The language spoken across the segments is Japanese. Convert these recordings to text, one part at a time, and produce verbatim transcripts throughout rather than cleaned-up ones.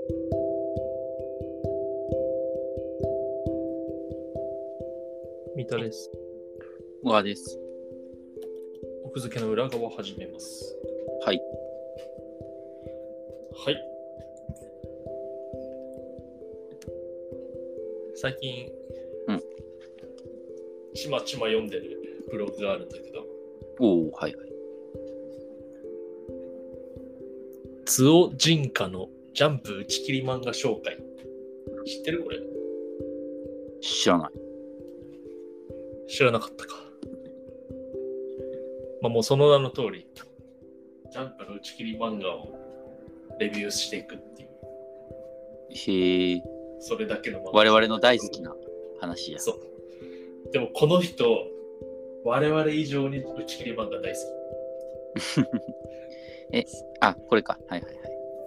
三田です。 小川です。 奥付けの裏側を始めます。 はい。 はい。最近、 うん。 ちまちま読んでるブログがあるんだけど。 おお、はいはい。 津尾仁花のジャンプ打ち切り漫画紹介。知ってるこれ？ 知らない。 知らなかったか。まあもうその名の通り、ジャンプの打ち切り漫画をレビューしていくっていう。 へえ。 それだけの漫画。 我々の大好きな話や。 そう。でもこの人、我々以上に打ち切り漫画大好き。え、あ、これか。はいはいはい。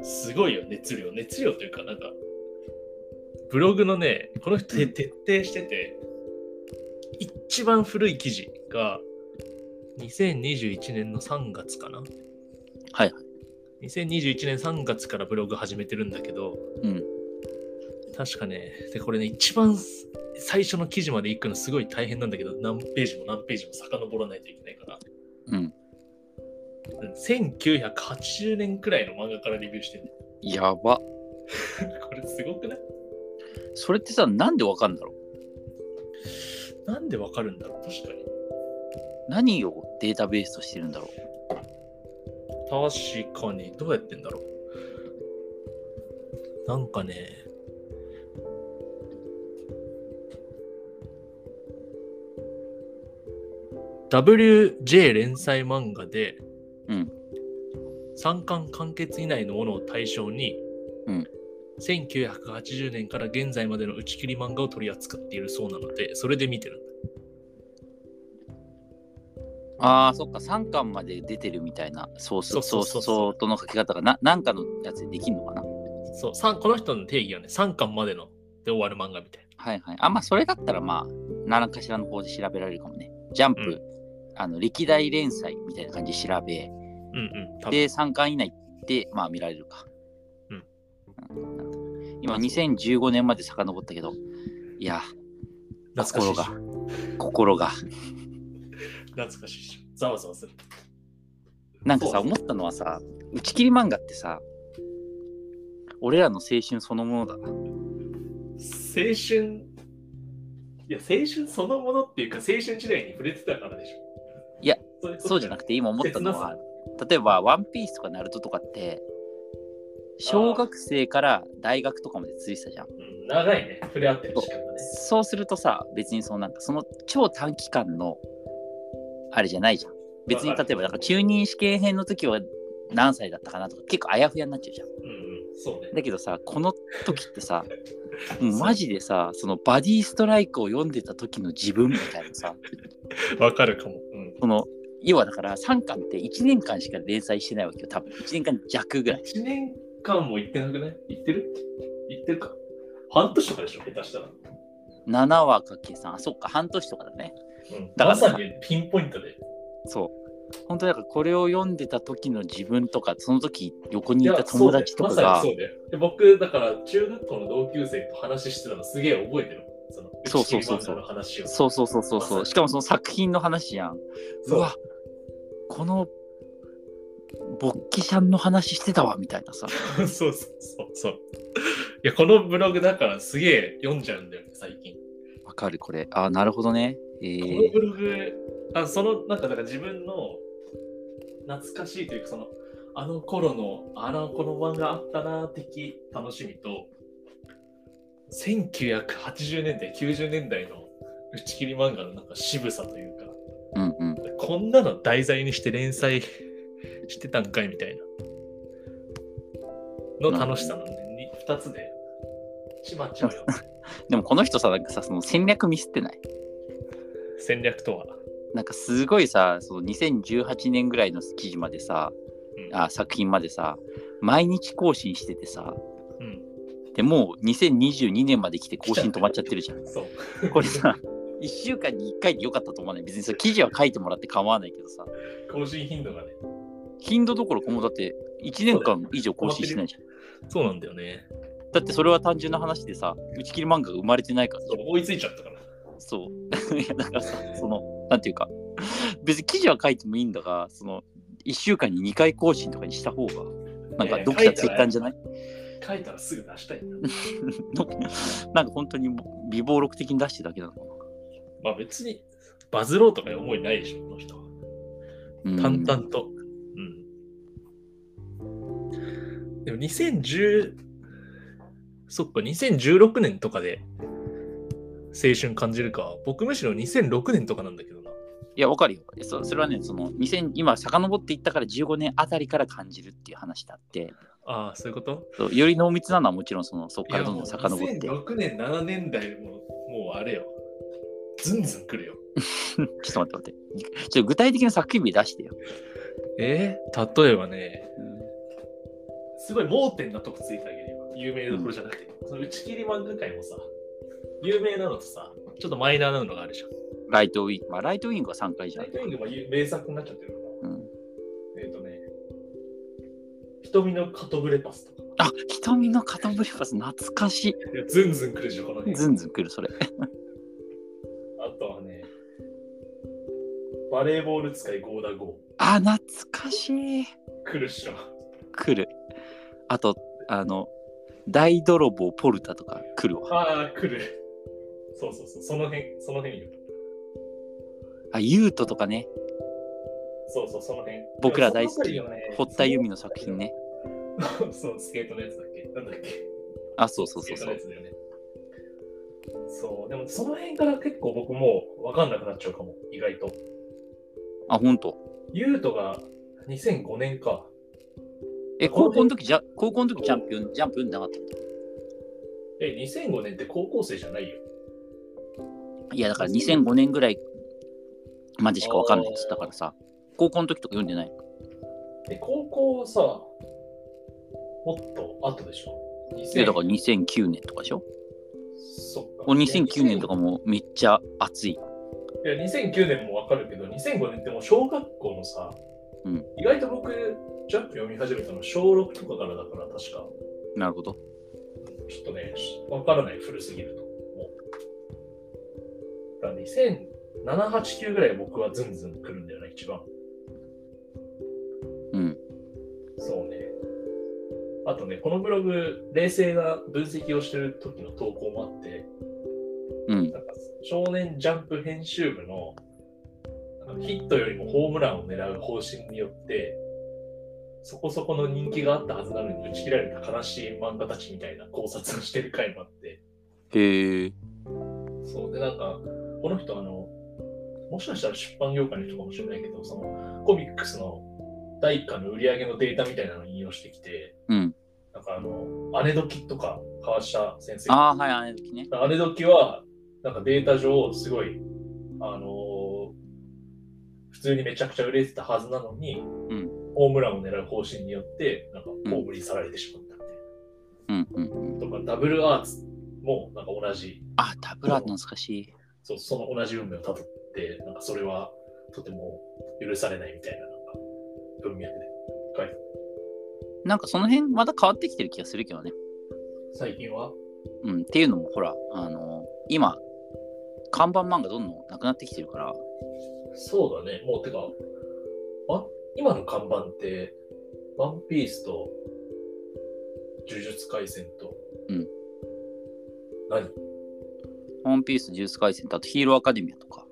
すごいよ、熱量。熱量というか、なんか、ブログのね、この人、うん、徹底してて、一番古い記事がにせんにじゅういちねんのさんがつかな。 はいはい。 にせんにじゅういちねんさんがつからブログ始めてるんだけど、 うん。 確かね、でこれね、一番最初の記事まで行くのすごい大変なんだけど、何ページも何ページも遡らないといけないから。 うん。 せんきゅうひゃくはちじゅうねんくらいの漫画からレビューしてる。 やば。これすごくない？ それってさ、なんでわかるんだろう？なんでわかるんだろう？確かに。 何をデータベースとしてるんだろう？ 確かに。どうやってんだろう？なんかね、ダブリュージェー 連載漫画で、 うん、 さんかん完結以内のものを対象に、 うん、 せんきゅうひゃくはちじゅうねんから現在までの打ち切り漫画を取り扱っているそうなので、それで見てるんだ。 ああ、そっか、さんかんまで出てるみたいなソース、ソースソートの書き方がななんかのやつでできるのかな。 そう、この人の定義はね、さんかんまでので終わる漫画みたいな。はいはい。あ、まあそれだったらまあ何かしらの方で調べられるかもね。ジャンプ、うん、あの歴代連載みたいな感じで調べ、 うんうん、 でさんかん以内でまあ見られるか。 うん。 うん、今にせんじゅうごねんまで遡ったけど、いや、心が心が懐かしいし、ざわざわする。 なんかさ、思ったのはさ、打ち切り漫画ってさ、俺らの青春そのものだな。青春、いや、青春そのものっていうか、青春時代に触れてたからでしょ。 いや、そう、そうじゃなくて、今思ったのは、例えば、ワンピースとかナルトとかって、小学生から大学とかまで続いてたじゃん。 うん、長いね、触れ合ってる時間がね。 そうするとさ、別にそのなんか、その超短期間の、あれじゃないじゃん。別に例えばなんか中任試験編の時は何歳だったかなとか結構あやふやになっちゃうじゃん。 うんうん、そうね。 だけどさ、この時ってさ、もうマジでさ、そのバディストライクを読んでた時の自分みたいなさ、 わかるかも。うん、 その要はだからさんかんっていちねんかんしか連載してないわけよ。多分いちねんかん弱ぐらい。 いちねんかんも言ってなくない？言ってる？言ってるか。半年とかでしょ、下手したら。 ななわかけさん、あ、そっか、半年とかだね。 うん、だからまさにピンポイントで。 そう。本当だからこれを読んでた時の自分とか、その時横にいた友達とかが。 まさにそうだよ。で僕、だから中学校の同級生と話してたのすげえ覚えてる。そのそうそうそうそう。そうそうそうそうそう。しかもその作品の話やん。うわ、この勃起ちゃんの話してたわみたいなさ。 そうそうそうそう。いや、このブログだからすげえ読んじゃうんだよね、最近。 わかるこれ。あ、なるほどね。えー、 このブログ、あ、そのなんかだから自分の懐かしいというか、そのあの頃のあのこの漫画あったな的楽しみと、せんきゅうひゃくはちじゅうねんだいきゅうじゅうねんだいの打ち切り漫画のなんか渋さというか、 うんうん、 こんなの題材にして連載してたんかいみたいなの楽しさのね、ふたつでしまっちゃうよ。 でもこの人さ、なんかさ、その戦略ミスってない？ 戦略とはなんかすごいさ、そのにせんじゅうはちねんぐらいの記事までさ、うん、あ作品までさ、毎日更新しててさ、うん、でもうにせんにじゅうにねんまで来て更新止まっちゃってるじゃん。そうこれさ、いっしゅうかんにいっかいでよかったと思わない？別にさ、記事は書いてもらって構わないけどさ。 更新頻度がね。 頻度どころかもうだっていちねんかん以上更新してないじゃん。 そうなんだよね。 だってそれは単純な話でさ、打ち切り漫画が生まれてないから。 そう追いついちゃったから。 そう。いやだからさ、その、なんていうか、別に記事は書いてもいいんだが、その、いっしゅうかんににかい更新とかにした方が、なんか読者ついたんじゃない？ 書いたらすぐ出したいな。 なんか本当に微暴録的に出してるだけなのかな。 まあ別にバズろうとかいう思いないでしょ、この人は。淡々と。うん。でもにせんじゅう、そっか、にせんじゅうろくねんとかで青春感じるか。僕むしろにせんろくねんとかなんだけどな。 いや、わかるよ。そ, それはね、そのにせん今、遡っていったからじゅうごねんあたりから感じるっていう話であって、 ああ、そういうこと？ そうより濃密なのはもちろんそのそこからどんどん遡って。 にせんろくねん、ななねんだいも、もうあれよ。ずんずん来るよ。 ちょっと待って待って。ちょっと具体的な作品名出してよ。 えー、例えばね、うん、すごい盲点なとこついてあげるよ。有名どころじゃなくて。うん、その打ち切り漫画界もさ、有名なのとさ、ちょっとマイナーなのがあるじゃん。 ライトウィング。まあ、ライトウィングはさんかいじゃん。 ライトウィングは名作になっちゃってるから。うん、えっ、ー、とね、瞳のカトブレパスとか。 あ、瞳のカトブレパス懐かしい。 いや、ずんずん来るじゃん、この辺。 ずんずん来る、それ。 あとはね、バレーボール使いゴーダゴー。 あ、懐かしい。 来るっしょ。 来る。あと、あの、大泥棒ポルタとか来るわ。 ああ、来る。そうそうそう、その辺、その辺よ。 あ、ユートとかね。 そうそう、その辺。 僕ら大好き。ね、堀田由美の作品ね。 そう、スケートのやつだっけ？なんだっけ？ あ、そうそうそうそう。 ね、そう、でもその辺から結構僕もう分かんなくなっちゃうかも、意外と。 あ、ほんと。 ユートがにせんごねんか。 え、高校の時じゃ、高校の時ジャンプ、ジャンプ読んでなかったんだ。 え、にせんごねんって高校生じゃないよ。 いや、だからにせんごねんぐらいまでしか分かんないっつったからさ、高校の時とか読んでない。 え、高校はさ、もっと後でしょ。 いや、だからにせんきゅうねんとかでしょ。 そっか。 もうにせんきゅうねんとかもめっちゃ熱い。 いや、にせんきゅうねんもわかるけど、にせんごねんってもう小学校のさ、 うん、 意外と僕、ジャンプ読み始めたの小ろくとかからだから確か。 なるほど。 ちょっとね、わからない、古すぎると。もう。だからにせんなな、はち、きゅうぐらい僕はズンズン来るんだよな、一番。 うん。 そうね。あとね、このブログ、冷静な分析をしてる時の投稿もあって、 うん、 なんか少年ジャンプ編集部のなんかヒットよりもホームランを狙う方針によって、そこそこの人気があったはずなのに打ち切られた悲しい漫画たちみたいな考察をしてる回もあって。 へえ。 そうで、なんか、この人、あの、もしかしたら出版業界の人かもしれないけど、そのコミックスの第一巻の売り上げのデータみたいなのを引用してきて、 うん、 なんかあの、姉時とか、川下先生。 ああ、はい、姉時ね。 姉時は、なんかデータ上、すごい、あのー、普通にめちゃくちゃ売れてたはずなのに、 うん、 ホームランを狙う方針によって、なんか、ホームにさられてしまったみたいな。うんうんうん、 とか、ダブルアーツも、なんか同じ。 あ、ダブルアーツ懐かしい。 そう、その同じ運命をたどって、なんかそれはとても許されないみたいな、なんか、文脈で書いて。 なんかその辺また変わってきてる気がするけどね。 最近はうん、っていうのもほら、あのー、今、看板漫画どんどんなくなってきてるから。 そうだね。もうてか、あ、今の看板って、ワンピースと、呪術廻戦と、 うん。 何？ ワンピース、呪術廻戦と、あとヒーローアカデミアとか。 ああ、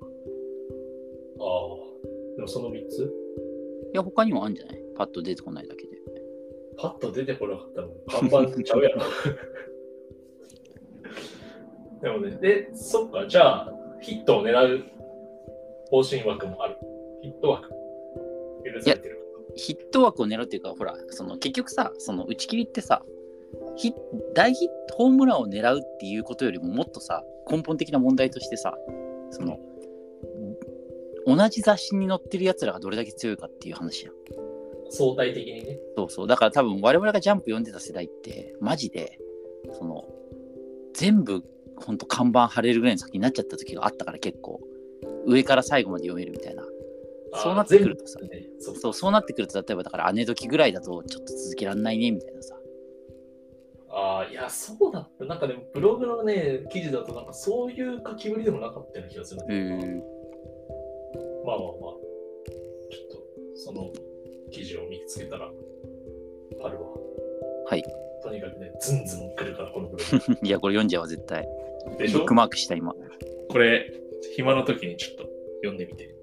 でもそのみっつ？ いや、他にもあるんじゃない？パッと出てこないだけで。 パッと出てこなかったの看板ちゃうやろ。でもね、で、そっか、じゃあ、ヒットを狙う方針枠もある。ヒット枠。許されてる。 ヒット枠を狙うっていうか、ほら、その結局さ、その打ち切りってさ、ヒ大ヒット、ホームランを狙うっていうことよりももっとさ、根本的な問題としてさ、その、うん、同じ雑誌に載ってるやつらがどれだけ強いかっていう話やん。 相対的にね。 そうそう。だから多分我々がジャンプ読んでた世代って、マジで、その、全部、ほんと看板貼れるぐらいの先になっちゃった時があったから結構、上から最後まで読めるみたいな。そうなってくるとさ、ね、そうそう、そうなってくると、例えばだから姉時ぐらいだとちょっと続けられないねみたいなさ。 あ、いや、そうだった。なんかでも、ブログのね、記事だと、なんかそういう書きぶりでもなかったような気がする。 へー。 まあまあまあ、ちょっと、その記事を見つけたら、パルは。 はい。 とにかくね、ズンズン来るから、このブログ。 いや、これ読んじゃうわ、絶対。 でしょ？ ブックマークした、今。 これ、暇の時にちょっと読んでみて。